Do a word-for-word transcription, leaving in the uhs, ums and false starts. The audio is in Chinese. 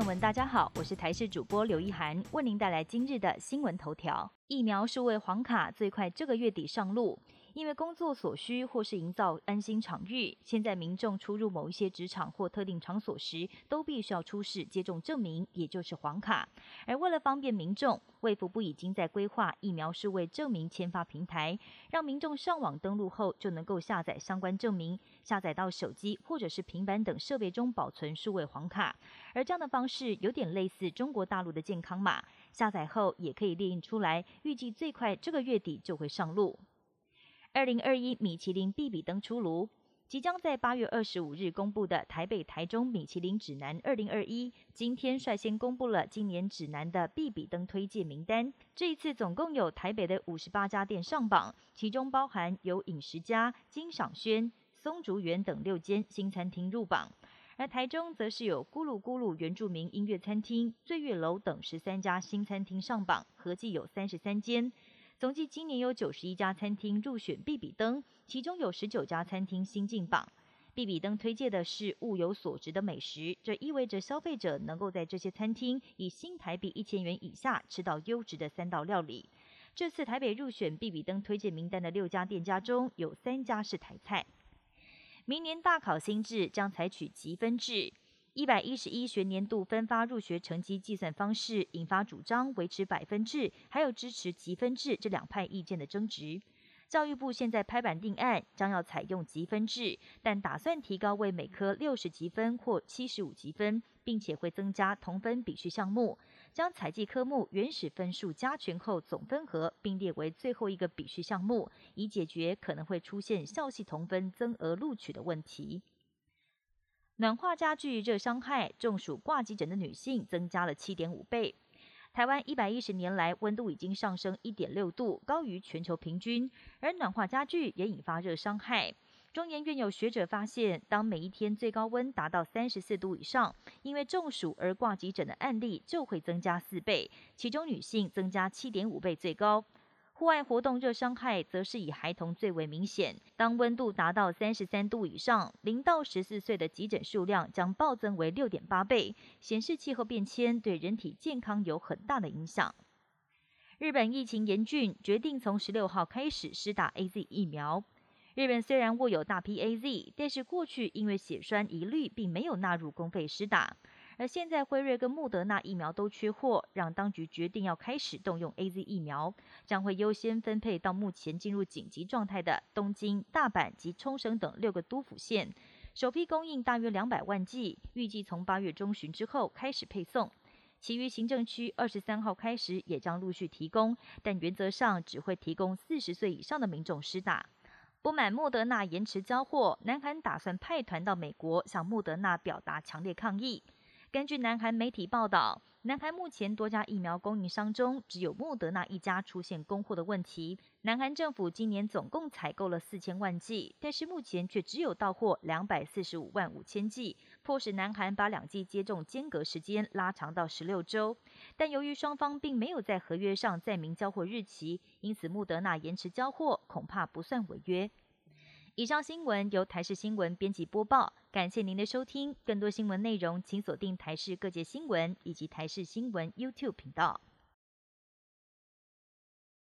们，大家好，我是台视主播刘一涵，为您带来今日的新闻头条。疫苗数位黄卡最快这个月底上路，因为工作所需或是营造安心场域，现在民众出入某一些职场或特定场所时，都必须要出示接种证明，也就是黄卡。而为了方便民众，卫福部已经在规划疫苗数位证明签发平台，让民众上网登录后就能够下载相关证明，下载到手机或者是平板等设备中保存数位黄卡。而这样的方式有点类似中国大陆的健康码，下载后也可以列印出来，预计最快这个月底就会上路。二零二一米其林必比登出炉，即将在八月二十五日公布的台北、台中米其林指南二零二一，今天率先公布了今年指南的必比登推荐名单。这一次总共有台北的五十八家店上榜，其中包含有饮食家、金赏轩、松竹园等六间新餐厅入榜。而台中则是有咕噜咕噜原住民音乐餐厅、醉月楼等十三家新餐厅上榜，合计有三十三间。总计今年有九十一家餐厅入选必比登，其中有十九家餐厅新进榜。必比登推荐的是物有所值的美食，这意味着消费者能够在这些餐厅以新台币一千元以下吃到优质的三道料理。这次台北入选必比登推荐名单的六家店家中，有三家是台菜。明年大考新制将采取积分制，一百一十一学年度分发入学成绩计算方式引发主张维持百分制，还有支持积分制这两派意见的争执。教育部现在拍板定案，将要采用积分制，但打算提高为每科六十积分或七十五积分，并且会增加同分比序项目，将采计科目原始分数加权后总分和，并列为最后一个比序项目，以解决可能会出现校系同分增额录取的问题。暖化加剧热伤害，中暑挂急诊的女性增加了 七点五倍。台湾一百一十年来温度已经上升 一点六度，高于全球平均，而暖化加剧也引发热伤害。中研院有学者发现，当每一天最高温达到三十四度以上，因为中暑而挂急诊的案例就会增加四倍，其中女性增加 七点五倍最高。户外活动热伤害则是以孩童最为明显，当温度达到三十三度以上，零到十四岁的急诊数量将暴增为 六点八倍，显示气候变迁对人体健康有很大的影响。日本疫情严峻，决定从十六号开始施打 A Z 疫苗。日本虽然握有大批 A Z， 但是过去因为血栓疑虑并没有纳入公费施打。而现在辉瑞跟莫德纳疫苗都缺货，让当局决定要开始动用 A Z 疫苗，将会优先分配到目前进入紧急状态的东京、大阪及冲绳等六个都府县，首批供应大约两百万剂，预计从八月中旬之后开始配送。其余行政区二十三号开始也将陆续提供，但原则上只会提供四十岁以上的民众施打。不满莫德纳延迟交货，南韩打算派团到美国向莫德纳表达强烈抗议。根据南韩媒体报道，南韩目前多家疫苗供应商中，只有莫德纳一家出现供货的问题。南韩政府今年总共采购了四千万剂，但是目前却只有到货两百四十五万五千剂，迫使南韩把两剂接种间隔时间拉长到十六周。但由于双方并没有在合约上载明交货日期，因此莫德纳延迟交货恐怕不算违约。以上新闻由台视新闻编辑播报，感谢您的收听。更多新闻内容，请锁定台视各界新闻以及台视新闻 YouTube 频道。